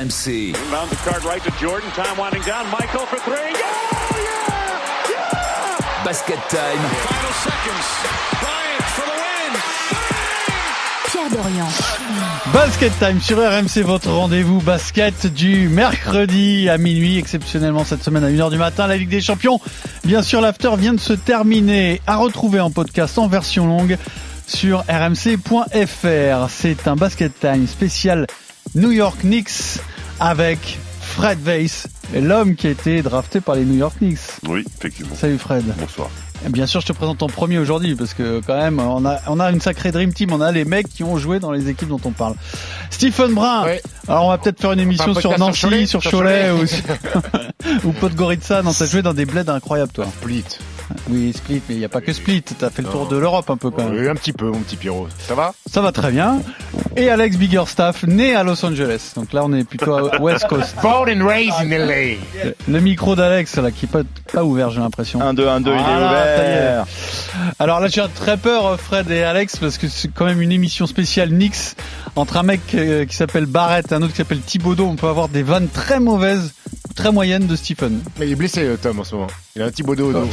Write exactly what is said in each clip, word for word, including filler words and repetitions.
M C. Basket Time. Pierre Dorian. Basket Time sur R M C, votre rendez-vous basket du mercredi à minuit, exceptionnellement cette semaine à une heure du matin. La Ligue des Champions, bien sûr, l'after vient de se terminer, à retrouver en podcast en version longue sur r m c point f r. C'est un Basket Time spécial New York Knicks avec Fred Weiss, l'homme qui a été drafté par les New York Knicks. Oui, effectivement. Salut Fred. Bonsoir. Bien sûr, je te présente en premier aujourd'hui parce que quand même, on a on a une sacrée dream team. On a les mecs qui ont joué dans les équipes dont on parle. Stephen Brun. Oui. Alors, on va peut-être faire une émission enfin, sur Nancy, sur Cholet, sur Cholet, sur Cholet. ou, ou Podgorica. Non, t'as joué dans des bleds incroyables, toi. Split. Oui, Split, mais il n'y a pas que Split. T'as fait le tour de l'Europe un peu quand même. Oui, un petit peu, mon petit Pierrot. Ça va ? Ça va très bien. Et Alex Biggerstaff, né à Los Angeles. Donc là, on est plutôt à West Coast. Born and raised in L A. Le micro d'Alex, là, qui n'est pas, pas ouvert, j'ai l'impression. un deux, un deux, voilà, il est ouvert. Alors là, j'ai très peur, Fred et Alex, parce que c'est quand même une émission spéciale Knicks entre un mec euh, qui s'appelle Barrett et un autre qui s'appelle Thibodeau. On peut avoir des vannes très mauvaises, très moyennes de Stephen. Mais il est blessé, Tom, en ce moment. Il a un Thibodeau au dos.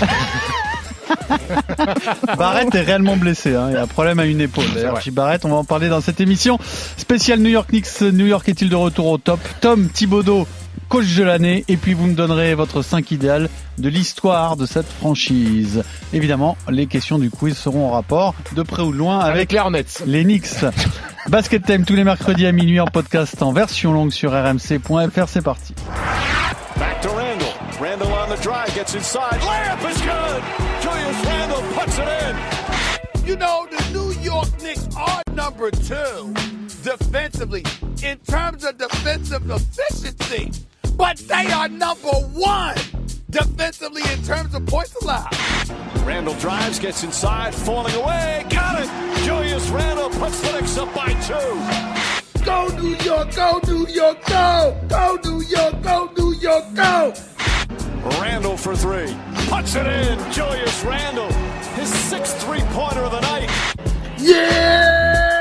Barrett est réellement blessé, hein. Il y a un problème à une épaule. D'ailleurs, J. Barrett, on va en parler dans cette émission spéciale New York Knicks. New York est-il de retour au top? Tom Thibodeau, coach de l'année, et puis vous me donnerez votre cinq idéal de l'histoire de cette franchise. Évidemment, les questions du quiz seront en rapport, de près ou de loin, avec, avec les Hornets, les Knicks. Basket Time tous les mercredis à minuit en podcast en version longue sur r m c point f r. C'est parti. Back to Randall. Randall on the drive, gets inside. Layup is good. Julius Randall puts it in. You know, the New York Knicks are number two defensively in terms of defensive efficiency, but they are number one defensively in terms of points allowed. Randall drives, gets inside, falling away, got it. Julius Randall puts the Knicks up by two. Go New York, go New York, go! Go New York, go New York, go! Randall for three. Puts it in. Julius Randall. His sixth three-pointer of the night. Yes!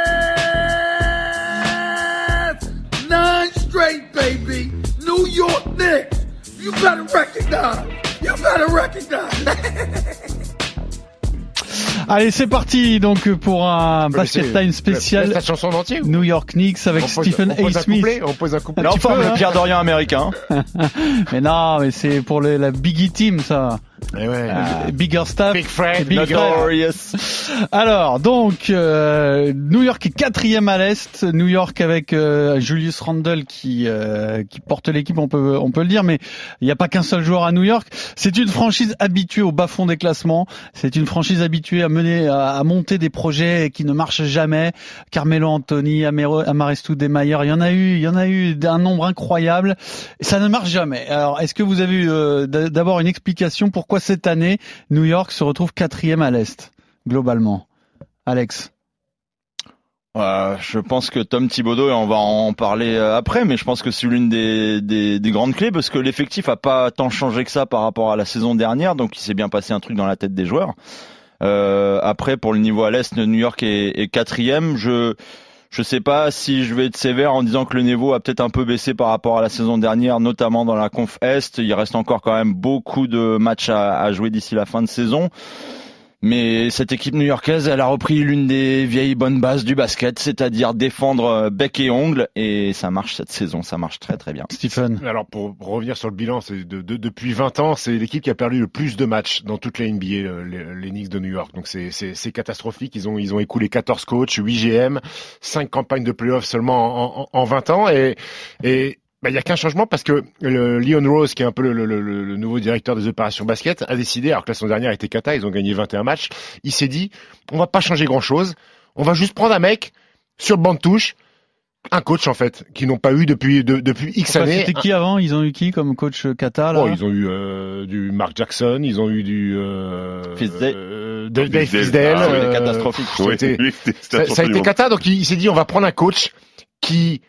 Nine straight, baby. New York Knicks. You better recognize. You better recognize. Allez, c'est parti donc pour un Basket Time spécial la chanson entière, New York Knicks avec on Stephen pose, A. Smith. On pose un couplet. Là, on forme peux, le hein. Pierre Dorian américain. Mais non, mais c'est pour les, la Biggie Team, ça. Eh ouais. Euh, Biggerstaff. Big Fred. Big Notorious. Alors, donc, euh, New York est quatrième à l'Est. New York avec euh, Julius Randle qui euh, qui porte l'équipe, on peut on peut le dire, mais il n'y a pas qu'un seul joueur à New York. C'est une franchise habituée au bas-fond des classements. C'est une franchise habituée à mener, à, à monter des projets qui ne marchent jamais. Carmelo Anthony, Amero, Amar'e Stoudemire, il y en a eu, il y en a eu un nombre incroyable. Ça ne marche jamais. Alors, est-ce que vous avez eu euh, d'abord une explication pourquoi cette année New York se retrouve quatrième à l'Est, globalement? Alex? Euh, je pense que Tom Thibodeau, et on va en parler après, mais je pense que c'est l'une des, des, des grandes clés parce que l'effectif a pas tant changé que ça par rapport à la saison dernière, donc il s'est bien passé un truc dans la tête des joueurs. Euh, après, pour le niveau à l'Est, New York est, est quatrième. Je je sais pas si je vais être sévère en disant que le niveau a peut-être un peu baissé par rapport à la saison dernière, notamment dans la conf Est. Il reste encore quand même beaucoup de matchs à, à jouer d'ici la fin de saison. Mais cette équipe new-yorkaise, elle a repris l'une des vieilles bonnes bases du basket, c'est-à-dire défendre bec et ongle, et ça marche cette saison, ça marche très très bien. Stephen? Alors pour revenir sur le bilan, c'est de, de, depuis vingt ans, c'est l'équipe qui a perdu le plus de matchs dans toute la N B A, les, les Knicks de New York. Donc c'est, c'est, c'est catastrophique. Ils ont ils ont écoulé quatorze coachs, huit G M, cinq campagnes de playoffs seulement en, en, en vingt ans, et et bah, il y a qu'un changement parce que le Leon Rose, qui est un peu le, le, le, le nouveau directeur des opérations basket, a décidé, alors que la saison dernière était cata, ils ont gagné vingt et un matchs, il s'est dit, on va pas changer grand chose, on va juste prendre un mec sur le banc de touche, un coach en fait, qu'ils n'ont pas eu depuis de, depuis X Enfin, années. C'était qui avant? Ils ont eu qui comme coach kata là? Oh, ils ont eu euh, du Mark Jackson, ils ont eu du euh, Fizdale. euh, Dave Fizdale. Ah, euh, catastrophique. Ça, Oui, été, oui, ça, ça a été cata, donc il, il s'est dit, on va prendre un coach qui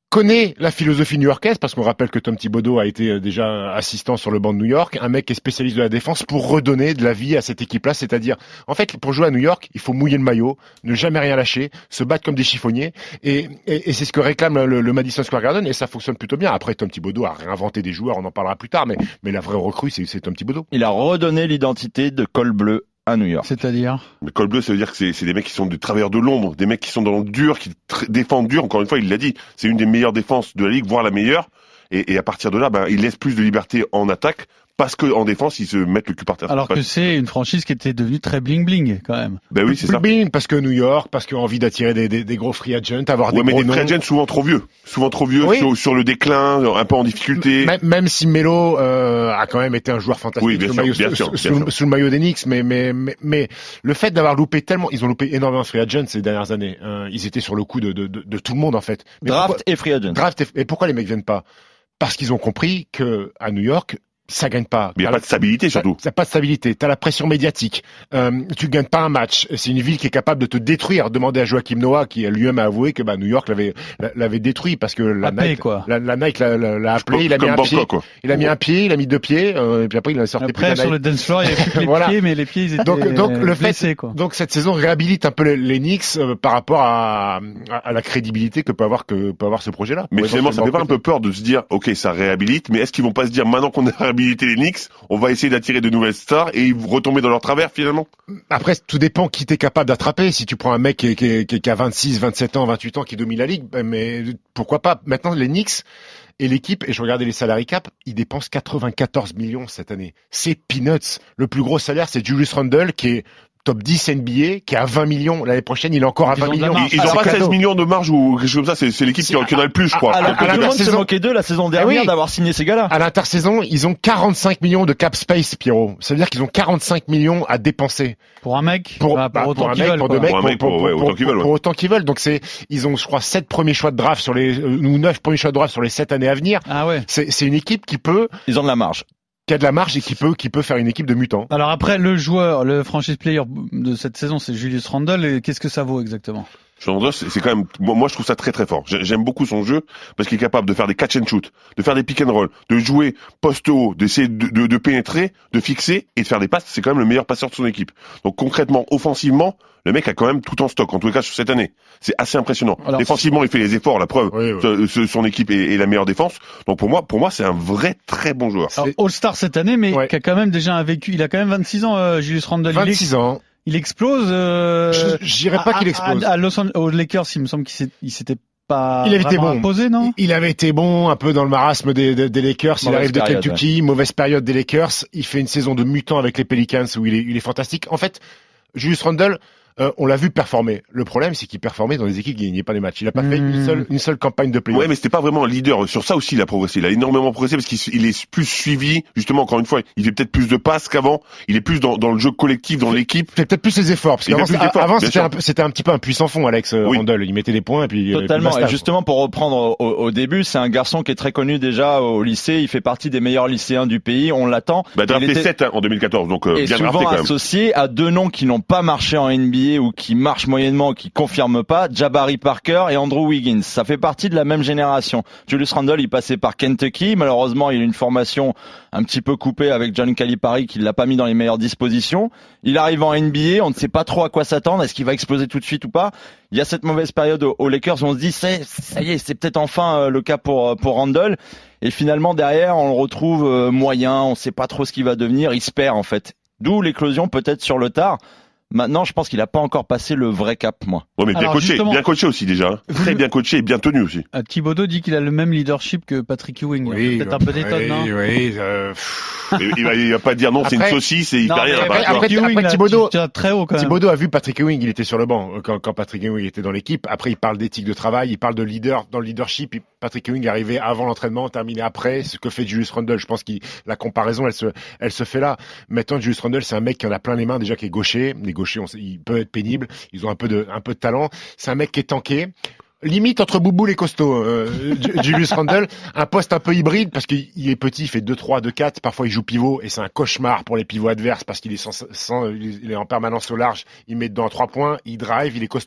connaît la philosophie new-yorkaise, parce qu'on rappelle que Tom Thibodeau a été déjà assistant sur le banc de New York, un mec qui est spécialiste de la défense pour redonner de la vie à cette équipe-là, c'est-à-dire, en fait, pour jouer à New York, il faut mouiller le maillot, ne jamais rien lâcher, se battre comme des chiffonniers, et, et, et c'est ce que réclame le, le Madison Square Garden, et ça fonctionne plutôt bien. Après, Tom Thibodeau a réinventé des joueurs, on en parlera plus tard, mais, mais la vraie recrue, c'est, c'est Tom Thibodeau. Il a redonné l'identité de col bleu à New York. C'est-à-dire? Mais col bleu, ça veut dire que c'est, c'est des mecs qui sont des travailleurs de l'ombre, des mecs qui sont dans le dur, qui tr- défendent dur. Encore une fois, il l'a dit, c'est une des meilleures défenses de la ligue, voire la meilleure. Et, et à partir de là, ben, il laisse plus de liberté en attaque, parce que en défense, ils se mettent le cul par terre. Alors que c'est une franchise qui était devenue très bling-bling, quand même. Ben oui, c'est ça. Bing, parce que New York, parce qu'on a envie d'attirer des, des, des gros free agents, avoir Ouais, des mais gros des noms. free agents souvent trop vieux. Souvent trop vieux, Oui. sur, sur le déclin, un peu en difficulté. Même, même si Melo euh, a quand même été un joueur fantastique Oui, bien sous, sûr, le maillot, bien sous, sûr, sous- bien sûr. sous le maillot des Knicks, mais, mais, mais, mais le fait d'avoir loupé tellement, ils ont loupé énormément de free agents ces dernières années. Hein, ils étaient sur le coup de, de, de, de tout le monde en fait. Mais Draft pourquoi- et free agent. draft et, et pourquoi les mecs viennent pas? Parce qu'ils ont compris que à New York, ça gagne pas. Mais il n'y a pas de stabilité surtout. T'as pas de stabilité. T'as la pression médiatique. Euh, tu gagnes pas un match. C'est une ville qui est capable de te détruire. Demandez à Joachim Noah, qui lui-même a avoué que bah, New York l'avait l'avait détruit parce que la Appelé, Nike, quoi. la, la Nike l'a, l'a, l'a appelé. Il a mis Comme un pied. Bangkok, quoi. Il a mis un pied. Il a mis deux pieds. Euh, et puis après il a sorti plus Après, la sur Nike. le dance floor, il y avait plus que les Voilà. pieds, mais les pieds, ils étaient Donc, donc le fait, blessés, quoi. donc cette saison réhabilite un peu les, les Knicks euh, par rapport à, à, à la crédibilité que peut avoir que peut avoir ce projet-là. Mais Pour finalement, ça fait pas un éventuellement peu peur de se dire, ok, ça réhabilite, mais est-ce qu'ils vont pas se dire, maintenant qu'on a réhabilité les Knicks, on va essayer d'attirer de nouvelles stars et retomber dans leur travers finalement? Après, tout dépend qui t'es capable d'attraper. Si tu prends un mec qui, est- qui, est- qui, est- qui a vingt-six, vingt-sept ans, vingt-huit ans, qui domine la ligue, ben, mais pourquoi pas? Maintenant, les Knicks et l'équipe, et je regardais les salary cap, ils dépensent quatre-vingt-quatorze millions cette année. C'est peanuts. Le plus gros salaire, c'est Julius Randle, qui est top dix N B A, qui est à vingt millions. L'année prochaine, il est encore à Ils vingt ont de la millions. marge. Ils, ils ont C'est pas cadeau. seize millions de marge ou quelque chose comme ça, c'est, c'est l'équipe Si, qui en qui en a le plus, je crois. à- à- Alors que à tout le monde se l'intersaison- moquait d'eux la saison dernière oui. d'avoir signé ces gars-là. À l'intersaison, ils ont quarante-cinq millions de cap space, Pierrot. Ça veut dire qu'ils ont quarante-cinq millions à dépenser. Pour un mec, Pour, bah, bah, pour autant pour un qu'ils mec, veulent, pour quoi. deux mecs, Pour un mec, pour- ouais, autant qu'ils veulent, ouais. pour autant qu'ils veulent. Donc c'est, ils ont, je crois, sept premiers choix de draft sur les, euh, ou neuf premiers choix de draft sur les sept années à venir. Ah ouais. C'est, c'est une équipe qui peut, Ils ont de la marge. qui a de la marge et qui peut, qui peut faire une équipe de mutants. Alors après, le joueur, le franchise player de cette saison, c'est Julius Randle. Et qu'est-ce que ça vaut exactement? Chandler, c'est c'est quand même, moi, moi, je trouve ça très très fort. J'ai- J'aime beaucoup son jeu parce qu'il est capable de faire des catch and shoot, de faire des pick and roll, de jouer poste haut, d'essayer de, de, de pénétrer, de fixer et de faire des passes. C'est quand même le meilleur passeur de son équipe. Donc concrètement, offensivement, le mec a quand même tout en stock, en tous les cas sur cette année. C'est assez impressionnant. Alors, Défensivement, il fait les efforts, la preuve. Oui, oui. Ce- ce- son équipe est, est la meilleure défense. Donc pour moi, pour moi, c'est un vrai très bon joueur. Alors, All-Star cette année, mais Ouais. qui a quand même déjà un vécu. Il a quand même vingt-six ans, euh, Julius Randle. Il, ex- vingt-six ans. il explose. Euh, Je, je dirais pas à- qu'il explose. À, à Los Angeles, aux Lakers, il me semble qu'il s'est- il s'était pas Il avait été vraiment bon. imposé, non? Il avait été bon, un peu dans le marasme des, des, des Lakers. Il Mauvaise arrive de période, Kentucky, mauvaise période des Lakers. Il fait une saison de mutant avec les Pelicans où il est, il est fantastique. En fait, Julius Randle, euh, on l'a vu performer. Le problème, c'est qu'il performait dans des équipes qui gagnaient pas les matchs. Il a pas fait Mmh. une seule, une seule campagne de playoff. Ouais, mais c'était pas vraiment un leader. Sur ça aussi, il a progressé. Il a énormément progressé parce qu'il s- il est plus suivi. Justement, encore une fois, il fait peut-être plus de passes qu'avant. Il est plus dans, dans le jeu collectif, dans l'équipe. fait peut-être plus les efforts, parce Il qu'avant, fait plus c'était- d'efforts, avant, bien c'était sûr. un, peu- c'était un petit peu un puissant fond, Alex euh, Oui. Randle. Il mettait des points et puis, euh, Totalement. puis Et basta. justement, pour reprendre au, au début, c'est un garçon qui est très connu déjà au lycée. Il fait partie des meilleurs lycéens du pays. On l'attend. Bah, Il drafté était- sept hein, en deux mille quatorze, donc euh, et bien drafté souvent quand même. associé à deux noms qui n'ont pas marché en N B A ou qui marchent moyennement, qui confirment pas, Jabari Parker et Andrew Wiggins. Ça fait partie de la même génération. Julius Randle, il passait par Kentucky. Malheureusement, il a une formation un petit peu coupée avec John Calipari qui l'a pas mis dans les meilleures dispositions. Il arrive en N B A, on ne sait pas trop à quoi s'attendre. Est-ce qu'il va exploser tout de suite ou pas? Il y a cette mauvaise période aux aux Lakers où on se dit, c'est, ça y est, c'est peut-être enfin euh, le cas pour, euh, pour Randle. Et finalement, derrière, on le retrouve euh, moyen, on sait pas trop ce qu'il va devenir. Il se perd, en fait. D'où l'éclosion peut-être sur le tard. Maintenant, je pense qu'il a pas encore passé le vrai cap, moi. Ouais, mais bien Alors, coaché, justement- bien coaché aussi déjà. hein. Vous- Très bien coaché et bien tenu aussi. Euh, Thibodeau dit qu'il a le même leadership que Patrick Ewing. Oui, Peut-être un peu d'étonne, oui, non? oui, euh, pff. Et il, va, il va pas dire non, c'est une Après- saucisse et il Non, fait rien mais là-bas. après- tu vois. après- Ewing, là, Thibodeau- tu- tu as très haut quand même. Thibodeau a vu Patrick Ewing, il était sur le banc euh, quand, quand Patrick Ewing était dans l'équipe. Après, il parle d'éthique de travail, il parle de leader dans le leadership. Il- Patrick Ewing est arrivé avant l'entraînement, terminé après. Ce que fait Julius Randle, je pense que la comparaison, elle se, elle se fait là. Maintenant, Julius Randle, c'est un mec qui en a plein les mains déjà, qui est gaucher. Les gauchers, on sait, il peut être pénible. Ils ont un peu de, un peu de talent. C'est un mec qui est tanké. Limite entre Bouboule et Costaud, euh, Ju- Julius Randle, un poste un peu hybride parce qu'il il est petit, il fait deux trois, deux quatre, parfois il joue pivot et c'est un cauchemar pour les pivots adverses parce qu'il est sans, sans, il est en permanence au large, il met dedans à trois points, il drive, il est costaud.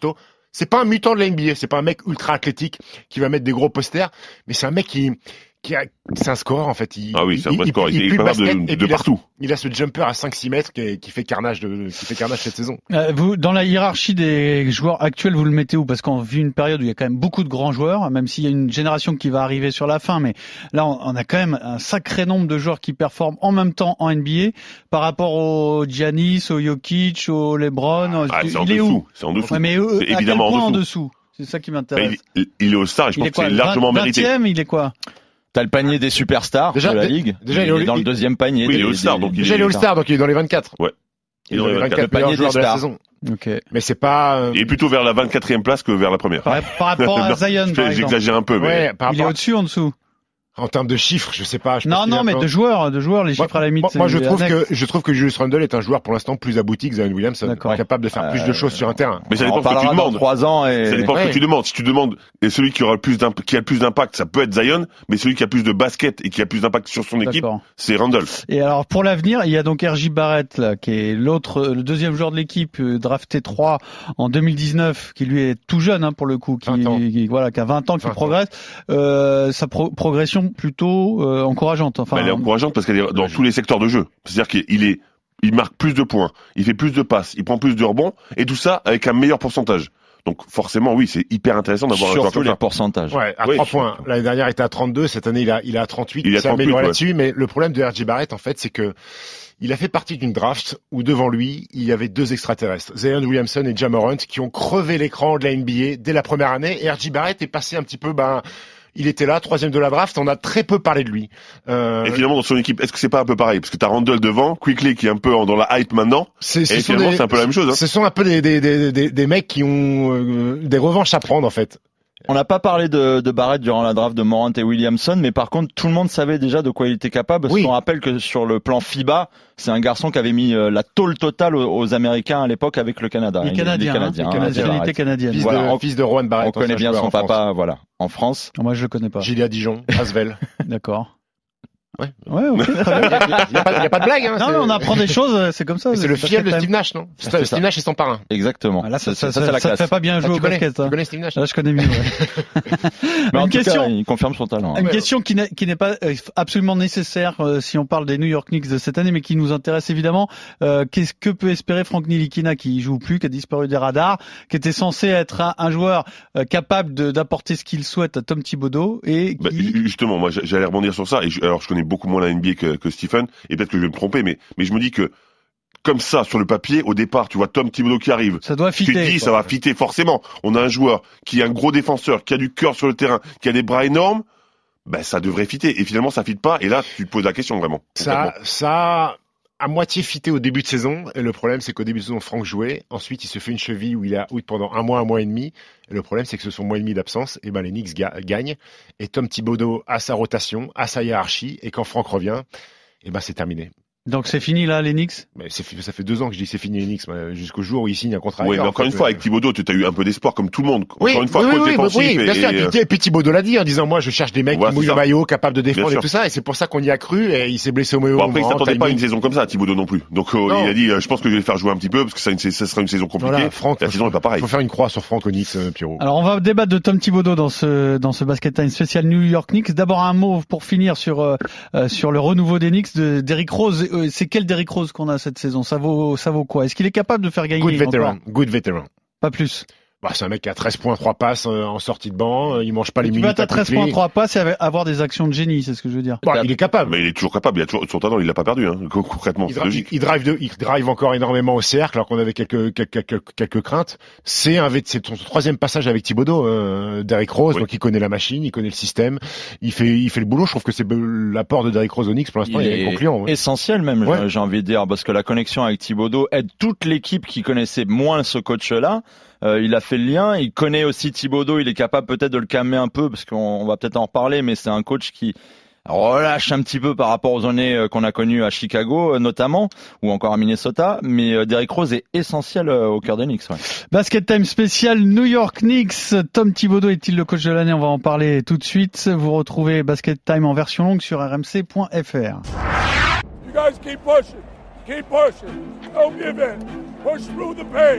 c'est pas un mutant de la N B A, c'est pas un mec ultra athlétique qui va mettre des gros posters, mais c'est un mec qui, qui a, c'est un score en fait. Il, ah oui, c'est un il, vrai il, score. Il, il, il, il il peut basket, de, de, et de il a, partout. Il a ce jumper à cinq six mètres qui, qui fait carnage de, qui fait carnage cette saison. Euh, vous, dans la hiérarchie des joueurs actuels, vous le mettez où? Parce qu'on vit une période où il y a quand même beaucoup de grands joueurs, même s'il y a une génération qui va arriver sur la fin, mais là, on, on a quand même un sacré nombre de joueurs qui performent en même temps en N B A par rapport au Giannis, au Jokic, au LeBron. Ah, c'est en il est dessous. où? C'est en dessous. Ouais, mais eux, c'est à évidemment quel point en dessous. en dessous? C'est ça qui m'intéresse. Il, il est au star et je il pense est quoi, que c'est largement vingt, mérité. vingtième, il est quoi? T'as le panier des superstars Déjà, de la dé- ligue. déjà, il, il est est dans il- le deuxième panier. Oui, il est des- All-Star, des- donc il Déjà, il est All-Star, donc il est dans les vingt-quatre. Ouais. Il est dans les vingt-quatre panier meilleurs des joueurs de la stars. saison. Ok. Mais c'est pas, euh, Il est plutôt vers la vingt-quatrième place que vers la première. Par, par rapport à Non, Zion, je par fais- exemple. J'exagère un peu, mais ouais, par Il est rapport, au-dessus, en dessous? en termes de chiffres, je sais pas. Je pense Non, qu'il est non, un mais peu- de joueurs, de joueurs, les Moi, chiffres à la limite. moi, moi, je c'est trouve annexe. que je trouve que Julius Randle est un joueur pour l'instant plus abouti que Zion Williamson, D'accord. capable de faire plus de Euh, choses sur un terrain. mais ça on dépend en de ce que tu parlera dans demandes. trois ans et Ça dépend de ce Ouais. que tu demandes. Si tu demandes, et celui qui aura le plus d'imp- qui a le plus d'impact, ça peut être Zion, mais celui qui a plus de basket et qui a plus d'impact sur son équipe, D'accord. c'est Randle. Et alors pour l'avenir, il y a donc R J Barrett là, qui est l'autre, le deuxième joueur de l'équipe, euh, drafté trois en deux mille dix-neuf, qui lui est tout jeune hein, pour le coup, qui, vingt ans. qui- voilà, qui a vingt ans, qui vingt ans. progresse. Euh, sa pro- progression plutôt euh, encourageante. Enfin, Bah, elle est encourageante parce qu'elle est dans tous les secteurs de jeu. C'est-à-dire qu'il est, il marque plus de points, il fait plus de passes, il prend plus de rebonds, et tout ça avec un meilleur pourcentage. Donc forcément, oui, c'est hyper intéressant d'avoir un joueur surtout comme les ça. pourcentages. Ouais, à Oui, trois je- points. L'année dernière, il était à trente-deux. Cette année, il a, il est à trente-huit. Il est à s'est trente-huit, amélioré ouais. là-dessus. Mais le problème de R J Barrett, en fait, c'est que il a fait partie d'une draft où devant lui, il y avait deux extraterrestres, Zion Williamson et Ja Morant, qui ont crevé l'écran de la N B A dès la première année. Et R J Barrett est passé un petit peu, ben, il était là, troisième de la draft. On a très peu parlé de lui. Euh, Et finalement, dans son équipe, est-ce que c'est pas un peu pareil? Parce que t'as Randle devant, Quickly qui est un peu en- dans la hype maintenant, c'est, et ce sont finalement, des- c'est un peu la même chose. Hein. Ce sont un peu des, des, des, des, des mecs qui ont euh, des revanches à prendre, en fait. On n'a pas parlé de, de Barrett durant la draft de Morant et Williamson, mais par contre, tout le monde savait déjà de quoi il était capable. Parce Oui. qu'on rappelle que sur le plan FIBA, c'est un garçon qui avait mis euh, la tôle totale aux, aux Américains à l'époque avec le Canada. les Il- Canadiens, les hein, Canadiens, les hein, nationalités Barrett. canadiennes. Fils, Voilà, de, on- fils de Rowan Barrett. On connaît ancien bien joueur son en France. papa, voilà, en France. Moi, je le connais pas. Gilia Dijon, Asvel. D'accord. Ouais. Ouais, ok, très bien. Il n'y a, pas- y a pas de blague, hein. Non, c'est- mais on apprend des choses, c'est comme ça. c'est le fiel de basket Steve time. Nash, non? C'est Steve ça. Nash est son parrain. Exactement. Ah, là, ça, ça, c'est ça, la ça te classe. fait pas bien Ah, jouer tu au connais, basket. tu hein. connais Steve Nash? Là, je connais mieux. Ouais. Mais en Une tout question. cas, il confirme son talent. Une Ouais. question qui n'est, qui n'est pas euh, absolument nécessaire euh, si on parle des New York Knicks de cette année, mais qui nous intéresse évidemment. Euh, qu'est-ce que peut espérer Frank Ntilikina, qui joue plus, qui a disparu des radars, qui était censé être un, un joueur euh, capable de, d'apporter ce qu'il souhaite à Tom Thibodeau et Bah, qui... ju- justement, moi, j'a- j'allais rebondir sur ça. Et je, alors, je connais beaucoup moins la N B A que, que Stephen, et peut-être que je vais me tromper, mais, mais je me dis que comme ça, sur le papier, au départ, tu vois Tom Thibodeau qui arrive. ça doit Tu te fitter. dis, ça va fitter forcément. On a un joueur qui est un gros défenseur, qui a du cœur sur le terrain, qui a des bras énormes. Ben, ça devrait fitter. Et finalement, ça fitte pas. Et là, tu te poses la question vraiment. Ça, ça a à moitié fité au début de saison. Et le problème, c'est qu'au début de saison, Franck jouait. Ensuite, il se fait une cheville où il est à out pendant un mois, un mois et demi. Et le problème, c'est que ce sont mois et demi d'absence. Et ben, les Knicks ga- gagnent. Et Tom Thibodeau a sa rotation, a sa hiérarchie. Et quand Franck revient, et ben, c'est terminé. Donc c'est fini là, les Knicks. Mais c'est, ça fait deux ans que je dis c'est fini les Knicks, mais jusqu'au jour où il signe un contrat. Oui, mais ailleurs, encore en une fait. fois, avec Thibodeau, tu as eu un peu d'espoir comme tout le monde. Oui, Encore une fois, oui, coach oui, oui, défensif oui, bien et, sûr. et, Et puis, et puis Thibodeau l'a dit en disant moi je cherche des mecs Voilà, qui c'est mouillent le ça. maillot, capables de défendre Bien et sûr. tout ça. Et c'est pour ça qu'on y a cru. Et il s'est blessé au maillot. Bon, après, il moment, s'attendait pas à timing. une saison comme ça, Thibodeau non plus. Donc, euh, Non. il a dit, euh, je pense que je vais le faire jouer un petit peu parce que ça, une- ça sera une saison compliquée. Voilà, Franck, La saison n'est pas pareille. Il faut faire une croix sur Franck au Knicks, euh, Pierrot. Alors on va débattre de Tom Thibodeau dans ce dans ce Basket Time spécial New York Knicks. D'abord un mot pour finir sur euh, euh, sur le renouveau des Knicks de Derrick Rose. Euh, c'est quel Derrick Rose qu'on a cette saison? Ça vaut ça vaut quoi? Est-ce qu'il est capable de faire gagner Good veteran, encore? good veteran. Pas plus. Bah, c'est un mec qui a treize points, trois passes euh, en sortie de banc. Euh, il mange pas les Tu minutes. vas à à treize Quickly. points, trois passes et avoir des actions de génie, c'est ce que je veux dire. Bah, il est capable. Mais il est toujours capable. Il a toujours son talent. Il l'a pas perdu, hein. Con- Concrètement, Il, c'est dra- logique. il drive de, il drive encore énormément au cercle, alors qu'on avait quelques, quelques, quelques, quelques craintes. C'est un, vé- c'est son troisième passage avec Thibodeau, euh, Derrick Rose, Oui. donc il connaît la machine, il connaît le système, il fait, il fait le boulot. Je trouve que c'est be- l'apport de Derrick Rose au Knicks pour l'instant, il, est concluant. ouais. essentiel même, Ouais. j'ai- j'ai envie de dire, parce que la connexion avec Thibodeau aide toute l'équipe qui connaissait moins ce coach-là. Euh, il a fait le lien, il connaît aussi Thibodeau, il est capable peut-être de le calmer un peu, parce qu'on on va peut-être en reparler, mais c'est un coach qui relâche un petit peu par rapport aux années euh, qu'on a connues à Chicago euh, notamment, ou encore à Minnesota, mais euh, Derrick Rose est essentiel euh, au cœur des Knicks. Ouais. Basket Time spécial New York Knicks. Tom Thibodeau est-il le coach de l'année? On va en parler tout de suite. Vous retrouvez Basket Time en version longue sur r m c point f r. You guys keep pushing. Keep pushing. Don't give in. Push through the pain.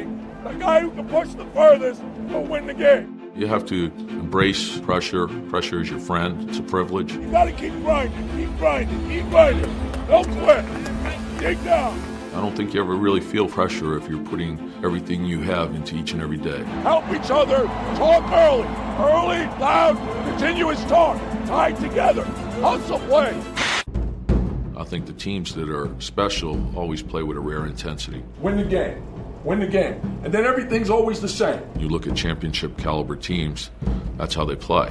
the guy who can push the furthest will win the game. You have to embrace pressure. Pressure is your friend. It's a privilege. You gotta keep grinding, keep grinding, keep grinding. Don't quit. Dig down. I don't think you ever really feel pressure if you're putting everything you have into each and every day. Help each other. Talk early. Early, loud, continuous talk. Tied together. Hustle play. I think the teams that are special always play with a rare intensity. Win the game. Win the game. And then everything's always the same. You look at championship caliber teams, that's how they play.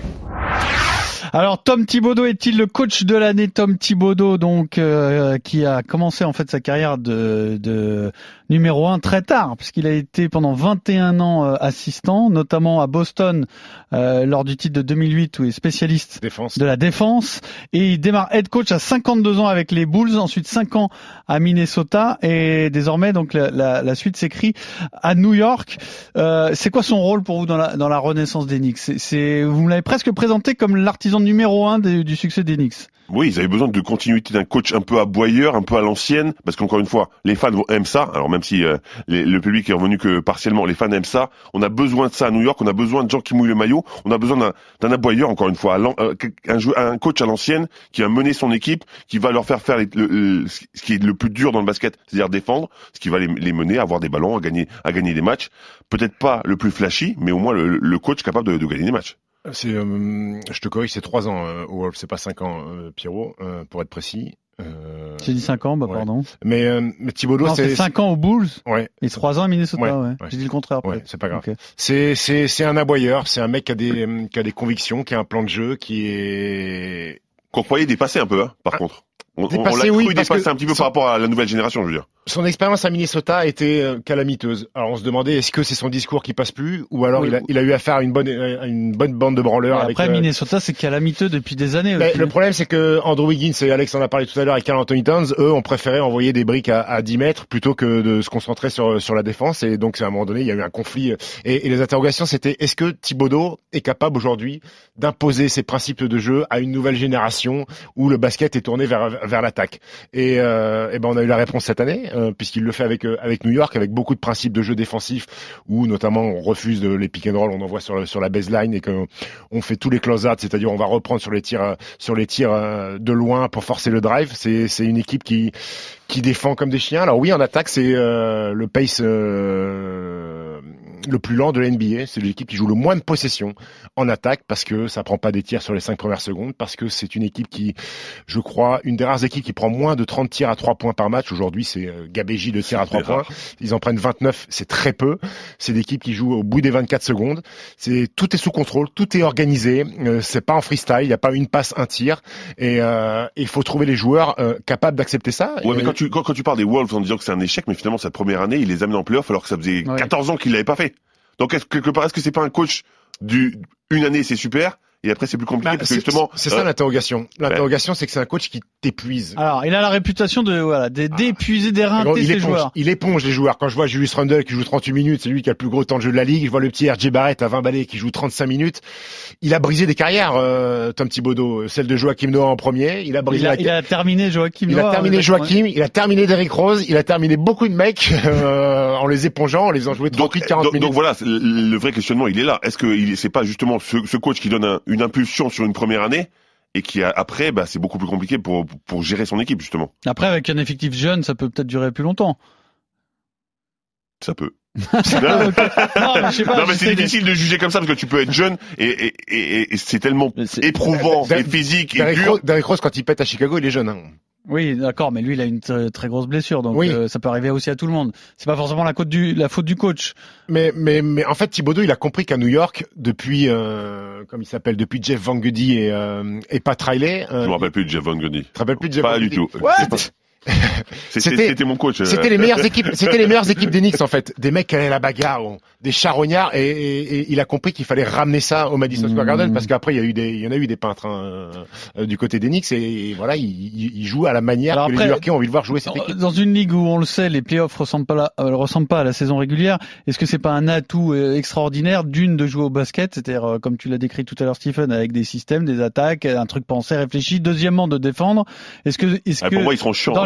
Alors Tom Thibodeau est-il le coach de l'année? Tom Thibodeau, donc euh, qui a commencé en fait sa carrière de, de numéro un très tard, puisqu'il a été pendant vingt et un ans euh, assistant, notamment à Boston euh, lors du titre de deux mille huit où il est spécialiste Défense. de la défense, et il démarre head coach à cinquante-deux ans avec les Bulls, ensuite cinq ans à Minnesota, et désormais donc la, la, la suite s'écrit à New York. Euh, c'est quoi son rôle pour vous dans la, dans la renaissance des Knicks? c'est, c'est, Vous me l'avez presque présenté comme l'artisan numéro un des, du succès des Knicks. Oui, ils avaient besoin de continuité d'un coach un peu aboyeur, un peu à l'ancienne, parce qu'encore une fois, les fans aiment ça. Alors même si euh, les, le public est revenu que partiellement, les fans aiment ça. On a besoin de ça à New York. On a besoin de gens qui mouillent le maillot. On a besoin d'un, d'un aboyeur, encore une fois, un, jeu, un coach à l'ancienne qui va mener son équipe, qui va leur faire faire les, le, le, ce qui est le plus dur dans le basket, c'est-à-dire défendre, ce qui va les, les mener à avoir des ballons, à gagner, à gagner des matchs. Peut-être pas le plus flashy, mais au moins le, le coach capable de, de gagner des matchs. C'est, euh, je te corrige, c'est trois ans euh, au Wolves, c'est pas cinq ans, euh, Pierrot, euh, pour être précis. Euh... J'ai dit cinq ans, bah ouais. pardon. Mais, euh, mais Thibodeau, non, c'est... c'est cinq ans aux Bulls ouais. et trois ans à Minnesota, ouais. ouais. ouais. J'ai dit le contraire. Ouais, c'est pas grave. Okay. C'est, c'est, c'est un aboyeur, c'est un mec qui a des, qui a des convictions, qui a un plan de jeu, qui est... Qu'on croyait dépasser un peu, hein, par ah. contre. On, Dépassé, on l'a cru oui, dépasser un petit peu son... par rapport à la nouvelle génération, je veux dire. Son expérience à Minnesota a été euh, calamiteuse. Alors on se demandait est-ce que c'est son discours qui passe plus ou alors oui. il, a, il a eu affaire à une bonne, à une bonne bande de branleurs. Ouais, avec, après euh... Minnesota c'est calamiteux depuis des années. Mais le problème c'est que Andrew Wiggins et Alex en a parlé tout à l'heure et Karl Anthony Towns, eux ont préféré envoyer des briques à, à dix mètres plutôt que de se concentrer sur, sur la défense, et donc à un moment donné il y a eu un conflit et, et les interrogations c'était est-ce que Thibodeau est capable aujourd'hui d'imposer ses principes de jeu à une nouvelle génération où le basket est tourné vers, vers l'attaque. Et, euh, et ben on a eu la réponse cette année euh, puisqu'il le fait avec euh, avec New York, avec beaucoup de principes de jeu défensif où notamment on refuse de, les pick and roll, on envoie sur sur la baseline et qu'on on fait tous les close-out, c'est-à-dire on va reprendre sur les tirs sur les tirs de loin pour forcer le drive. C'est c'est une équipe qui qui défend comme des chiens. Alors oui, en attaque c'est euh, le pace euh, le plus lent de la N B A, c'est l'équipe qui joue le moins de possession en attaque parce que ça prend pas des tirs sur les cinq premières secondes, parce que c'est une équipe qui, je crois, une des rares équipes qui prend moins de trente tirs à trois points par match. Aujourd'hui, c'est euh, gabégie de tirs à trois points. Ils en prennent vingt-neuf, c'est très peu. C'est l'équipe qui joue au bout des vingt-quatre secondes. C'est tout est sous contrôle, tout est organisé. Euh, c'est pas en freestyle, il y a pas une passe, un tir. Et euh, il faut trouver les joueurs euh, capables d'accepter ça. Ouais, et... mais quand tu quand, quand tu parles des Wolves en disant que c'est un échec, mais finalement cette première année, il les amène en playoff alors que ça faisait ouais. quatorze ans qu'il l'avait pas fait. Donc est-ce que quelque part est-ce que c'est pas un coach du une année c'est super et après c'est plus compliqué bah, parce que justement c'est, c'est ça euh, l'interrogation. L'interrogation ouais. c'est que c'est un coach qui t'épuise. Alors il a la réputation de voilà d'épuiser, d'éreinter ses joueurs. Il éponge les joueurs. Quand je vois Julius Randle qui joue trente-huit minutes, c'est lui qui a le plus gros temps de jeu de la ligue. Je vois le petit R J Barrett à vingt balais qui joue trente-cinq minutes. Il a brisé des carrières, euh, Tom Thibodeau. Celle de Joakim Noah en premier. Il a brisé. Il a, la... il a terminé Joakim Noah. Il a terminé Joakim. Il a terminé Derrick Rose. Il a terminé beaucoup de mecs euh, en les épongeant, en les faisant jouer trente-huit quarante donc, minutes. Donc voilà, le vrai questionnement il est là. Est-ce que il, c'est pas justement ce, ce coach qui donne un, une impulsion sur une première année et qui a, après bah c'est beaucoup plus compliqué pour pour gérer son équipe justement. Après avec un effectif jeune, ça peut peut-être durer plus longtemps. Ça peut. non, mais, je sais pas, non, mais c'est difficile de juger comme ça parce que tu peux être jeune et, et, et, et c'est tellement c'est... éprouvant et physique et dur. Derrick Rose quand il pète à Chicago, il est jeune. Hein. Oui, d'accord, mais lui, il a une très, très grosse blessure, donc oui. euh, ça peut arriver aussi à tout le monde. C'est pas forcément la, du, la faute du coach. Mais, mais, mais en fait, Thibodeau, il a compris qu'à New York, depuis, euh, comme il s'appelle, depuis Jeff Van Gundy et, euh, et Pat Riley. Euh, Je me rappelle plus de Jeff Van Gundy. Tu te rappelles plus de Jeff Pas Van Gundy? du tout. What? C'était, c'était, c'était mon coach. C'était les meilleures équipes, c'était les meilleures équipes des Knicks en fait. Des mecs qui allaient à la bagarre, des charognards, et, et, et il a compris qu'il fallait ramener ça au Madison Square Garden parce qu'après il y a eu des, il y en a eu des peintres hein, euh, du côté des Knicks et, et voilà, il, il joue à la manière Alors que après, les New-Yorkais ont envie de voir jouer cette équipe. Dans une ligue où on le sait, les playoffs ressemblent pas, la, euh, ressemblent pas à la saison régulière. Est-ce que c'est pas un atout euh, extraordinaire d'une de jouer au basket, c'est-à-dire euh, comme tu l'as décrit tout à l'heure, Stephen, avec des systèmes, des attaques, un truc pensé, réfléchi. Deuxièmement, de défendre. Est-ce que, est-ce ah, que pour moi, ils seront chiants. dans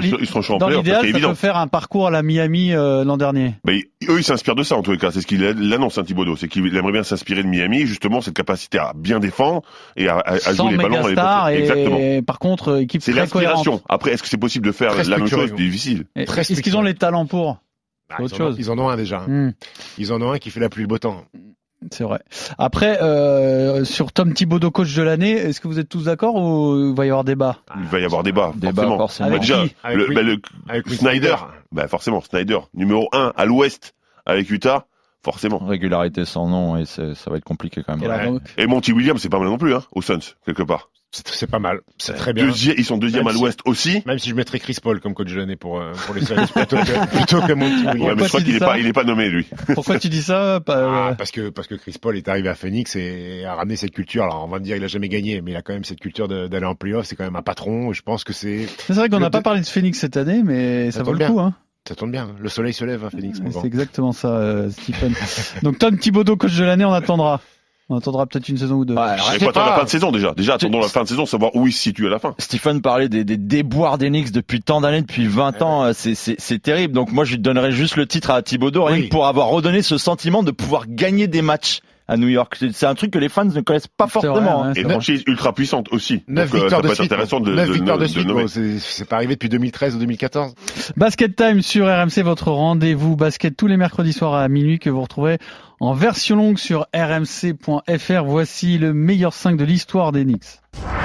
l'i- ils seront chauds en dans play-off, l'idéal, c'est ça évident. peut faire un parcours à la Miami euh, l'an dernier. Mais eux, ils s'inspirent de ça en tous les cas. C'est ce qu'il l'annonce, hein, Thibodeau. C'est qu'il aimerait bien s'inspirer de Miami, justement, cette capacité à bien défendre et à, à, à Sans jouer les ballons. méga-star et Exactement. par contre, euh, équipe C'est très l'inspiration. cohérente. Après, est-ce que c'est possible de faire Très la même structuré, chose? oui. C'est difficile. Et- Très Est-ce qu'ils ont structuré. les talents pour? Bah, autre ils, en ont, chose. ils en ont un déjà. Hmm, Ils en ont un qui fait la pluie et le beau temps. c'est vrai. Après, euh, sur Tom Thibodeau, coach de l'année, est-ce que vous êtes tous d'accord ou il va y avoir débat? Il va y avoir débat, Débat, forcément. forcément. Avec Bah, déjà, qui Avec le, Quinn- bah, le avec Quinn Snyder, Snyder. bah forcément, Snyder, numéro un à l'ouest avec Utah, forcément. Régularité sans nom et c'est- ça va être compliqué quand même. Et alors, Ouais. donc, Et Monty Williams, c'est pas mal non plus, hein, aux Suns, quelque part. C'est, c'est pas mal. C'est très bien. Deuxième, ils sont deuxième Même à si- l'ouest aussi. Même si je mettrais Chris Paul comme coach de l'année pour, euh, pour les Suns plutôt que, plutôt que Monty Williams. Ouais, mais je crois tu qu'il dis est ça pas, il est pas nommé, lui. pourquoi tu dis ça? Pas- Ah, euh, parce que parce que Chris Paul est arrivé à Phoenix et a ramené cette culture. Alors on va me dire il a jamais gagné, mais il a quand même cette culture de- d'aller en playoff. C'est quand même un patron. Et je pense que c'est C'est vrai qu'on le n'a pas deux- parlé de Phoenix cette année, mais ça, Ça vaut le tombe coup. bien. Hein. ça tourne bien. Le soleil se lève à Phoenix. Mon grand. C'est exactement ça, euh, Stephen. Donc Tom Thibodeau, coach de l'année, on attendra. On attendra peut-être une saison ou deux. Ouais, Il arrêtez faut attendre pas. la fin de saison déjà. Déjà, attendons la fin de saison, savoir où il se situe à la fin. Stephen parlait des, des déboires des Knicks depuis tant d'années, depuis vingt ans, euh, c'est, c'est, c'est terrible. Donc moi je lui donnerais juste le titre à Thibodeau, rien Oui. que pour avoir redonné ce sentiment de pouvoir gagner des matchs à New York. C'est, c'est un truc que les fans ne connaissent pas C'est vrai, forcément. ouais, hein. c'est Et vrai. franchise ultra puissante aussi. Neuf Donc, euh, victoires ça de peut être suite. intéressant de, Neuf de, victoires de, de suite. nommer. Bon, c'est, c'est pas arrivé depuis deux mille treize ou deux mille quatorze. Basket Time sur R M C, votre rendez-vous basket tous les mercredis soirs à minuit que vous retrouverez en version longue sur r m c point f r. Voici le meilleur cinq de l'histoire des Knicks.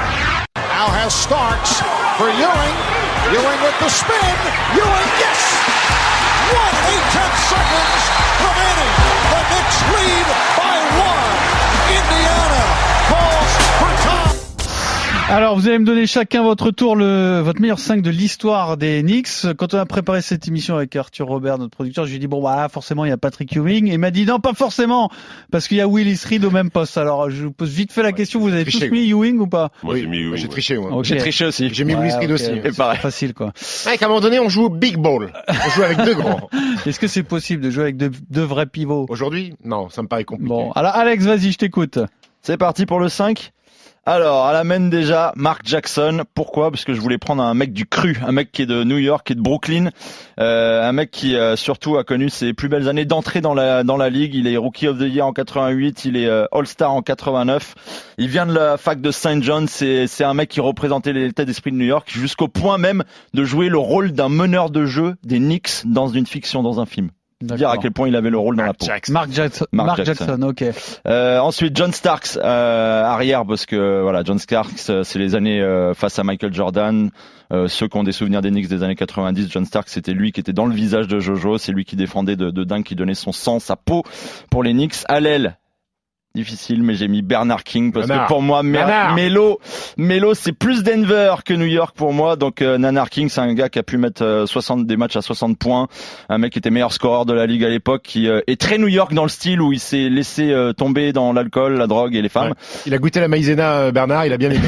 Now has Starks for Ewing. Ewing with the spin. Ewing, yes! One eight tenths seconds remaining. The Knicks lead by one. Indiana calls for time. Alors, vous allez me donner chacun votre tour, le, votre meilleur cinq de l'histoire des Knicks. Quand on a préparé cette émission avec Arthur Robert, notre producteur, je lui ai dit, bon, bah, forcément, il y a Patrick Ewing. Et il m'a dit, non, pas forcément, parce qu'il y a Willis Reed au même poste. Alors, je vous pose vite fait la question, vous avez triché, tous mis Ewing ou pas? Moi, Oui, j'ai mis, moi, oui, j'ai ouais. triché. Moi. Ok. J'ai triché aussi. J'ai mis Ouais, Willis Reed ok, aussi. ok, Et pareil. c'est facile, quoi. Ouais, qu'à un moment donné, on joue au big ball. On joue avec deux grands. Est-ce que c'est possible de jouer avec deux, deux vrais pivots? Aujourd'hui, non, ça me paraît compliqué. Bon, alors, Alex, vas-y, je t'écoute. C'est parti pour le cinq. Alors, à la main déjà, Mark Jackson. Pourquoi? Parce que je voulais prendre un mec du cru, un mec qui est de New York et de Brooklyn, euh, un mec qui euh, surtout a connu ses plus belles années d'entrée dans la dans la ligue. Il est Rookie of the Year en quatre-vingt-huit, il est euh, All-Star en quatre-vingt-neuf. Il vient de la fac de Saint John. C'est c'est un mec qui représentait l'état d'esprit de New York jusqu'au point même de jouer le rôle d'un meneur de jeu des Knicks dans une fiction, dans un film. Dire à quel point il avait le rôle dans la peau. Jackson. Mark Jackson. Mark Mark Jackson. Jackson, ok. Euh, ensuite, John Starks, euh, arrière, parce que voilà, John Starks, euh, c'est les années euh, face à Michael Jordan. Euh, ceux qui ont des souvenirs des Knicks des années quatre-vingt-dix, John Starks, c'était lui qui était dans le visage de Jojo. C'est lui qui défendait de, de dingue, qui donnait son sang, sa peau pour les Knicks. À l'aile, difficile, mais j'ai mis Bernard King parce Bernard. que pour moi, Mer- Bernard. Melo, Melo, c'est plus Denver que New York pour moi. Donc euh, Nanar King, c'est un gars qui a pu mettre euh, soixante des matchs à soixante points, un mec qui était meilleur scoreur de la ligue à l'époque, qui euh, est très New York dans le style où il s'est laissé euh, tomber dans l'alcool, la drogue et les femmes. Ouais. Il a goûté la maïzena, euh, Bernard, il a bien aimé.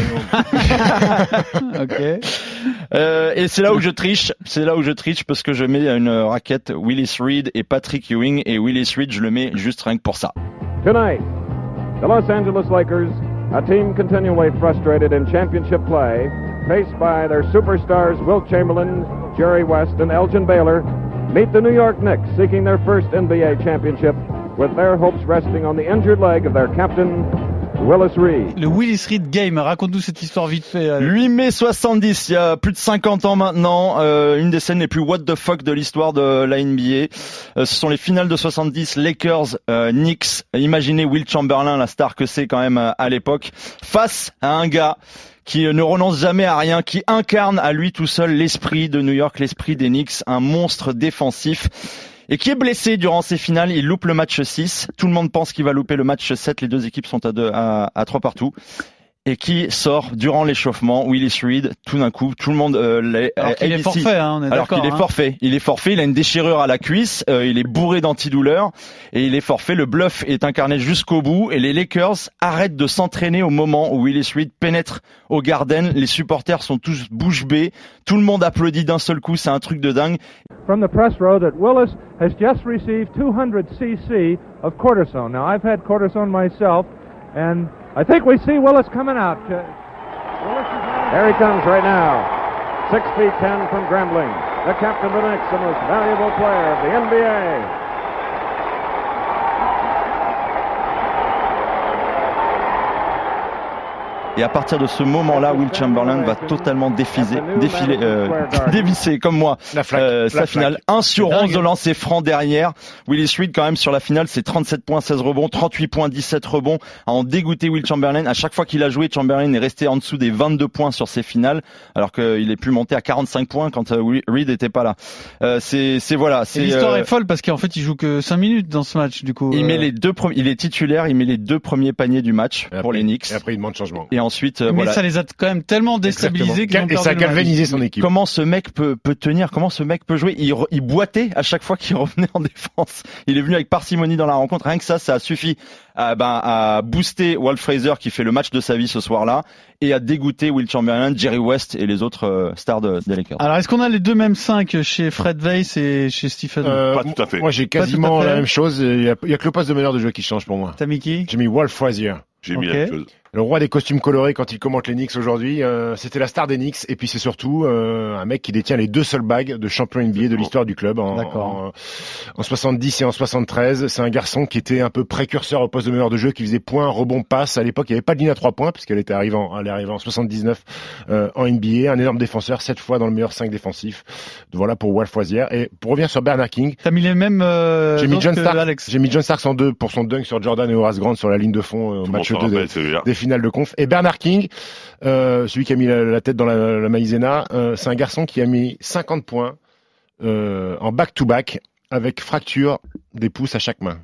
Ok. Euh, et c'est là où je triche, c'est là où je triche parce que je mets une raquette Willis Reed et Patrick Ewing, et Willis Reed, je le mets juste rien que pour ça. Tonight, the Los Angeles Lakers, a team continually frustrated in championship play, faced by their superstars Wilt Chamberlain, Jerry West, and Elgin Baylor, meet the New York Knicks seeking their first N B A championship with their hopes resting on the injured leg of their captain, Willis Reed. Le Willis Reed Game, raconte-nous cette histoire vite fait. Alex. huit mai soixante-dix, il y a plus de cinquante ans maintenant, euh, une des scènes les plus what the fuck de l'histoire de la N B A. Euh, ce sont les finales de soixante-dix, Lakers, euh, Knicks. Imaginez Wilt Chamberlain, la star que c'est quand même euh, à l'époque, face à un gars qui ne renonce jamais à rien, qui incarne à lui tout seul l'esprit de New York, l'esprit des Knicks, un monstre défensif. Et qui est blessé durant ces finales, il loupe le match six. Tout le monde pense qu'il va louper le match sept. Les deux équipes sont à deux, à, à trois partout. Et qui sort durant l'échauffement, Willis Reed, tout d'un coup, tout le monde euh, l'est, Alors qu'il A B C, est forfait, hein, on est alors d'accord. qu'il est hein. forfait, il est forfait, il a une déchirure à la cuisse, euh, il est bourré d'antidouleurs et il est forfait. Le bluff est incarné jusqu'au bout et les Lakers arrêtent de s'entraîner au moment où Willis Reed pénètre au Garden. Les supporters sont tous bouche bée, tout le monde applaudit d'un seul coup, c'est un truc de dingue. From the press row that Willis has just received two hundred c c of cortisone. Now, I've had cortisone myself, and I think we see Willis coming out. Uh, Willis is there he comes right now. six feet ten from Grambling, the captain of the Knicks, the most valuable player of the N B A. Et à partir de ce moment-là, Will Chamberlain va totalement défiler, défiler, euh, dévisser comme moi la flaque, euh, la sa finale. un sur onze de lancer franc derrière. Willis Reed quand même sur la finale, c'est trente-sept points, seize rebonds, trente-huit points, dix-sept rebonds. À en dégoûter Will Chamberlain. À chaque fois qu'il a joué, Chamberlain est resté en dessous des vingt-deux points sur ses finales, alors qu'il est pu monter à quarante-cinq points quand euh, Reed était pas là. Euh, c'est, c'est voilà. C'est, Et l'histoire euh, est folle parce qu'en fait il joue que cinq minutes dans ce match du coup. Il euh... met les deux premiers, il est titulaire, il met les deux premiers paniers du match après, pour les Knicks. Et après il demande changement. Et ensuite, euh, mais voilà. ça les a quand même tellement déstabilisés qu'ils ont et ça a galvanisé son équipe. Comment ce mec peut, peut tenir, comment ce mec peut jouer? Il, il boitait à chaque fois qu'il revenait en défense. Il est venu avec parcimonie dans la rencontre. Rien que ça, ça a suffi à, ben, à booster Walt Frazier qui fait le match de sa vie ce soir-là et à dégoûter Will Chamberlain, Jerry West et les autres euh, stars de, des Lakers. Alors est-ce qu'on a les deux mêmes cinq chez Fred Weiss et chez Stephen? Euh, Pas tout à fait. Moi j'ai quasiment la même chose. Il y a, il y a que le poste de meneur de jeu qui change pour moi. T'as mis qui? J'ai mis Walt Frazier. J'ai mis Ok. la même chose. Le roi des costumes colorés quand il commente les Knicks aujourd'hui, euh, c'était la star des Knicks et puis c'est surtout euh, un mec qui détient les deux seules bagues de champion N B A de l'histoire du club en, en, en soixante-dix et en soixante-treize. C'est un garçon qui était un peu précurseur au poste de meneur de jeu, qui faisait point, rebond, passe. À l'époque, il n'y avait pas de ligne à trois points puisqu'elle était arrivée en, elle est arrivée en soixante-dix-neuf euh, en N B A. Un énorme défenseur, sept fois dans le meilleur cinq défensif. Voilà pour Walt Frazier. Et pour revenir sur Bernard King, T'as mis les mêmes euh, j'ai mis autres John que Starks. Alex. J'ai mis John Starks en deux pour son dunk sur Jordan et Horace Grant sur la ligne de fond euh, au Tout le match monde s'en deux rappelle, des, celui-là. des finales de conf. Et Bernard King, euh, celui qui a mis la, la tête dans la, la maïzena, euh, c'est un garçon qui a mis cinquante points euh, en back-to-back avec fracture des pouces à chaque main.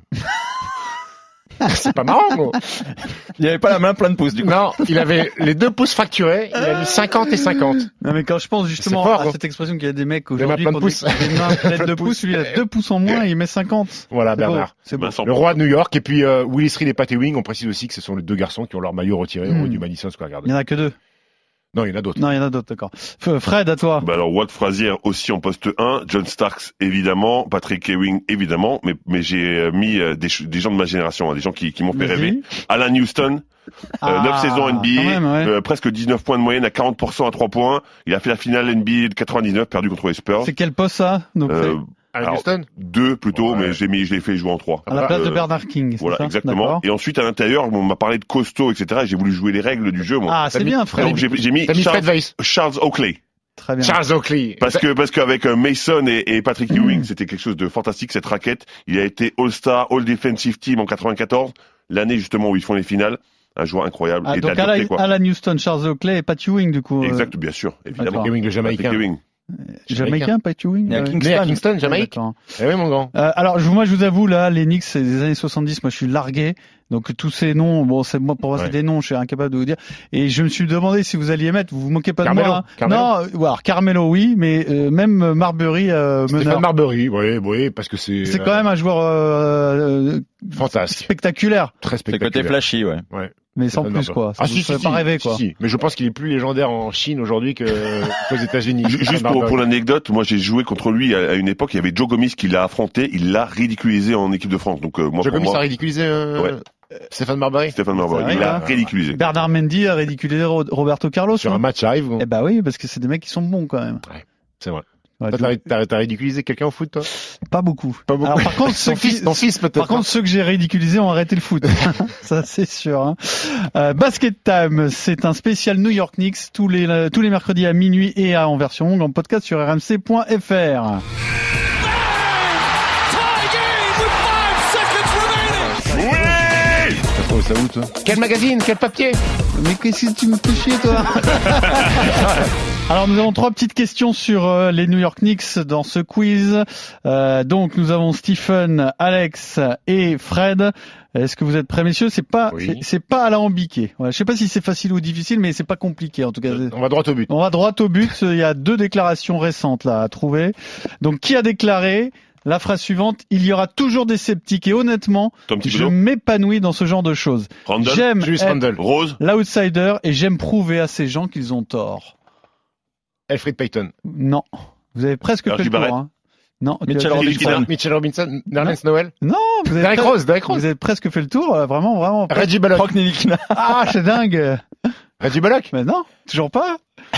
C'est pas marrant, gros. Il avait pas la main pleine de pouces, du coup. Non, il avait les deux pouces fracturés, il a mis cinquante et cinquante. Non mais quand je pense justement C'est fort, à gros. cette expression qu'il y a des mecs mains aujourd'hui pleines qui de ont pouces. des, des mains pleines de pouces, lui il a deux pouces en moins et il met cinquante. Voilà, C'est beau, Bernard. c'est beau. Ben, sans Le roi de New York. Et puis euh, Willis Reed et Patty Ewing, on précise aussi que ce sont les deux garçons qui ont leur maillot retiré Hmm. au du Madison Square Garden. Il y en a que deux. Non, il y en a d'autres. Non, il y en a d'autres, d'accord. F- Fred, à toi. Bah alors Walt Frazier aussi en poste un, John Starks évidemment, Patrick Ewing évidemment, mais mais j'ai euh, mis euh, des, ch- des gens de ma génération, hein, des gens qui, qui m'ont fait Vas-y. rêver. Alan Houston, Ah, euh, neuf saisons N B A, quand même, ouais. euh, presque dix-neuf points de moyenne à quarante pour cent à trois points. Il a fait la finale N B A de quatre-vingt-dix-neuf, perdu contre les Spurs. C'est quel poste ça? Donc Euh, Alan alors, Houston deux plutôt, Ouais. mais j'ai mis, je l'ai fait jouer en trois. c'est à la place de Euh, Bernard King. c'est Voilà, ça exactement. D'accord. Et ensuite à l'intérieur, on m'a parlé de costaud, et cetera. Et j'ai voulu jouer les règles du jeu, moi. Ah, c'est T'as mis- bien, Fred. Donc j'ai, j'ai mis, T'as mis Charles, Fred Weiss. Charles Oakley. Très bien. Charles Oakley. Parce que parce qu'avec euh, Mason et, et Patrick Ewing, c'était quelque chose de fantastique cette raquette. Il a été All-Star, All-Defensive Team en quatre-vingt-quatorze, l'année justement où ils font les finales. Un joueur incroyable. Ah, et donc d'adopter, Alan, quoi. Alan Houston, Charles Oakley et Pat Ewing du coup. euh, Exact, bien sûr, évidemment. D'accord. Ewing, le Patrick Jamaïcain. Ewing. Jamaïcain, Pat Ewing. Et à euh, Kingston. Né à Kingston, Jamaïque. D'accord. Eh oui, mon grand. Euh, alors, je, moi, je vous avoue, là, les Knicks, c'est des années soixante-dix. Moi, je suis largué. Donc, tous ces noms, bon, c'est, moi, pour moi, Ouais. c'est des noms, je suis incapable de vous dire. Et je me suis demandé si vous alliez mettre, vous vous moquez pas Carmelo, de moi. hein. Carmelo. Non, euh, alors, Carmelo, oui, mais euh, même Marbury, euh, Stéphane meneur. Marbury, oui, oui, parce que c'est. C'est euh, quand même un joueur euh, euh, fantastique. spectaculaire, Très C'est côté spectaculaire. flashy, ouais. mais sans Stéphane plus, Marbury. quoi. Ça Ah vous si, ferait si, pas si, rêver, si, quoi. si. Mais je pense qu'il est plus légendaire en Chine aujourd'hui que qu'aux États-Unis. Ju- Juste Stéphane pour, pour Marbury. l'anecdote, moi j'ai joué contre lui à, à une époque, il y avait Joe Gomis qui l'a affronté, il l'a ridiculisé en équipe de France. Donc euh, moi Joe pour Gomis a moi, ridiculisé euh, Ouais. Stéphane Marbury Stéphane Marbury, C'est il vrai, l'a hein. ridiculisé. Bernard Mendy a ridiculisé Ro- Roberto Carlos. sur hein. un match arrive. Eh bah oui, parce que c'est des mecs qui sont bons quand même. C'est vrai. Ouais, Toi, tout- T'as t'as- t'as ridiculisé quelqu'un au foot, toi Pas beaucoup. Pas beaucoup. Alors, par contre, ceux Ton fils, qui, ton fils peut-être. par contre, ceux que j'ai ridiculisés ont arrêté le foot. Ça, c'est sûr. Hein. Euh, Basket Time, c'est un spécial New York Knicks tous les euh, tous les mercredis à minuit et à, en version longue en podcast sur r m c point f r. T'as trouvé ça où, toi Quel magazine, quel papier Mais qu'est-ce que tu me fais chier, toi? Alors, nous avons trois petites questions sur euh, les New York Knicks dans ce quiz. Euh, donc, nous avons Stephen, Alex et Fred. Est-ce que vous êtes prêts, messieurs? C'est pas, Oui. c'est, c'est pas alambiqué. Voilà, je sais pas si c'est facile ou difficile, mais c'est pas compliqué, en tout cas. On va droit au but. On va droit au but. Il y a deux déclarations récentes là à trouver. Donc, qui a déclaré la phrase suivante: il y aura toujours des sceptiques, et honnêtement, Tom je Thibodeau, m'épanouis dans ce genre de choses. Randall, J'aime Julius être Randle, Rose, l'outsider et j'aime prouver à ces gens qu'ils ont tort. Elfrid Payton, Non. Vous avez presque R J fait le Barrett. tour. Hein. Non. tu Mitchell as- Robinson. Mitchell Robinson, Nerlens Noel, Non, vous avez, Derrick presque- Rose, Derrick Rose, vous avez presque fait le tour. euh, Vraiment, vraiment. presque. Reggie Bullock, Frank Nilikina. Ah, c'est dingue. Reggie Bullock, Mais non, toujours pas.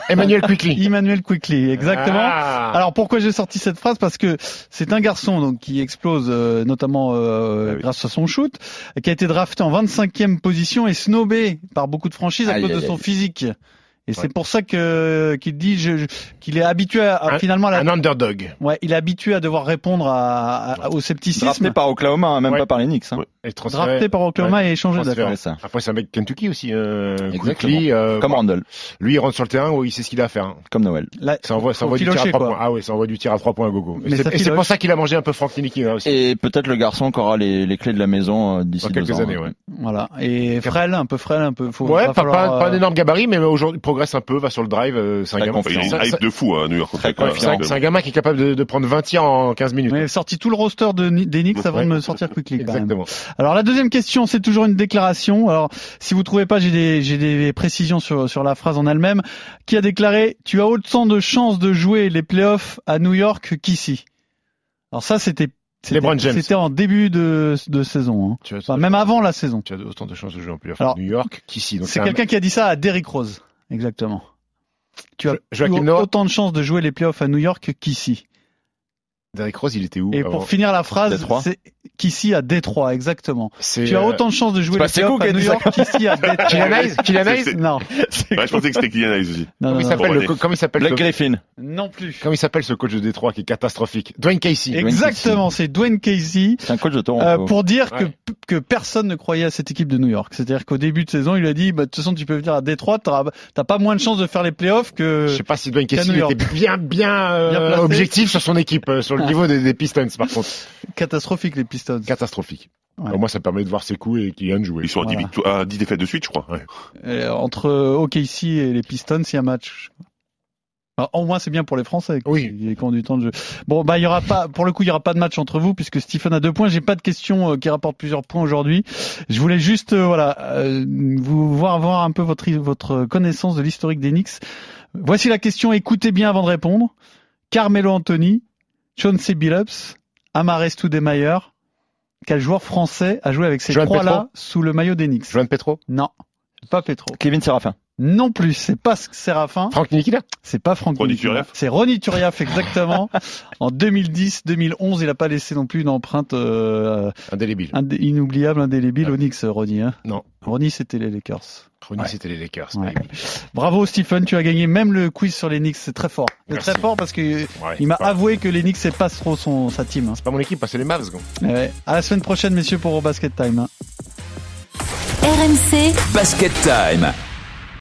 Emmanuel Quickley. Emmanuel Quickley, exactement. Ah. Alors pourquoi j'ai sorti cette phrase? Parce que c'est un garçon donc qui explose euh, notamment euh, Ah oui. grâce à son shoot, qui a été drafté en vingt-cinquième position et snobé par beaucoup de franchises à Aïe, cause aïe, de son aïe. physique. Et c'est Ouais. pour ça que qu'il dit je, je- qu'il est habitué à, à Un- finalement à la, Un underdog. ouais, il est habitué à devoir répondre à, à- au scepticisme. Drafté par Oklahoma, hein, même Ouais. pas par les Knicks. Hein. Ouais. Et transféré. Drafté par Oklahoma et échangé, Transféré. d'accord. C'est ça. Après, c'est un mec Kentucky aussi. Euh, Exactement. Quickley, euh, Comme bon, Randall, lui, il rentre sur le terrain où il sait ce qu'il a à faire. hein. comme Noël. Là, Ça envoie, ça faut envoie du tir à filocher, trois quoi. points. Ah oui, ça envoie du tir à trois points à gogo. Mais Et ça c'est, et c'est filoche. pour ça qu'il a mangé un peu Frank Ntilikina là aussi. Et peut-être le garçon qui aura les, les clés de la maison euh, d'ici Dans deux quelques ans. années, ouais. Voilà. Et frêle, un peu frêle, un peu. Faut, Ouais, va pas, falloir, pas, pas euh, un énorme gabarit, mais aujourd'hui, il progresse un peu, va sur le drive, euh, c'est un Très gamin. Enfin, il y a confiant. une Ça- hype de fou hein, à New York. en Très fait, hein, Ouais, c'est, un, c'est- c'est un gamin qui est capable de, de prendre vingt tirs en quinze minutes. Mais sorti tout le roster de Ni- des Knicks avant Ouais. de me sortir Quickley quand même. Exactement. Alors la deuxième question, c'est toujours une déclaration. Alors si vous trouvez pas, j'ai des j'ai des précisions sur sur la phrase en elle-même. Qui a déclaré "Tu as autant de chances de jouer les playoffs à New York qu'ici." Alors ça c'était c'était, LeBron James. c'était en début de de saison. Hein. Tu as, Enfin, même avant la saison. tu as autant de chances de jouer en playoff Alors, à New York qu'ici. Donc C'est un- quelqu'un qui a dit ça à Derrick Rose. Exactement. Tu as Jo- Joachim eu Noah. autant de chances de jouer les playoffs à New York qu'ici. Derrick Rose, il était où Et avant pour finir la phrase, Détroit. c'est qu'ici à Détroit, exactement. C'est, Tu as euh, autant de chances de jouer c'est pas les playoffs Sekou qui à a New dit York qu'ici à Détroit. Kylian Hayes Kylian C'est- Hayes c'est- Non. Ouais, je pensais que c'était Kylian Hayes aussi. Non, Comment non, il non. s'appelle Bon, le co- comment il s'appelle Blake ce- Griffin. Non plus. comment il s'appelle ce coach de Détroit qui est catastrophique? Dwayne Casey. Exactement, c'est Dwayne Casey. C'est un coach de Toronto. Euh, pour dire que, Ouais. que personne ne croyait à cette équipe de New York. C'est-à-dire qu'au début de saison, il a dit, bah, de toute façon, tu peux venir à Détroit, t'auras- t'as pas moins de chances de faire les playoffs que... Je sais pas si Dwayne qu'à Casey New York. était bien, bien, euh, Bien placé. objectif sur son équipe, euh, sur le niveau des, des Pistons, par contre. Catastrophique, les Pistons. Catastrophique. Ouais. Au moins, ça permet de voir ses coups et qu'il vient de jouer. Ils sont à dix Voilà. victoires- à dix défaites de suite, je crois. Ouais. Euh, entre O K C et les Pistons, il y a un match. Enfin, au moins, c'est bien pour les Français. qui- Oui. qui ont du temps de jeu. Bon, bah, il y aura pas, pour le coup, il y aura pas de match entre vous puisque Stephen a deux points. J'ai pas de questions euh, qui rapportent plusieurs points aujourd'hui. Je voulais juste, euh, voilà, euh, vous voir voir un peu votre votre connaissance de l'historique des Knicks. Voici la question. Écoutez bien avant de répondre. Carmelo Anthony, Chauncey Billups, Amar'e Stoudemire. Quel joueur français a joué avec ces Joan trois-là Petro. sous le maillot des Knicks? Joan Petro. Non, pas Petro. Kevin Serafin. Non plus, c'est pas Séraphin, Frank Ntilikina. c'est pas Franck Ronny Ntilikina. Turiaf. C'est Ronny Turiaf, exactement. En deux mille dix, deux mille onze, il a pas laissé non plus une empreinte euh, Indélébile. indé- inoubliable, indélébile Ouais. au Knicks, Ronny. Hein. Non. Ronny, c'était les Lakers. Ronny, Ouais. c'était les Lakers. Ouais. baby. Bravo Stephen, tu as gagné même le quiz sur les Knicks, c'est très fort. C'est Merci. très fort parce que Ouais, il m'a c'est pas- avoué que les Knicks c'est pas trop son sa team. Hein. C'est pas mon équipe, hein, c'est les Mavs, gros. Ouais. À la semaine prochaine messieurs pour Basket Time. Hein. R M C Basket Time.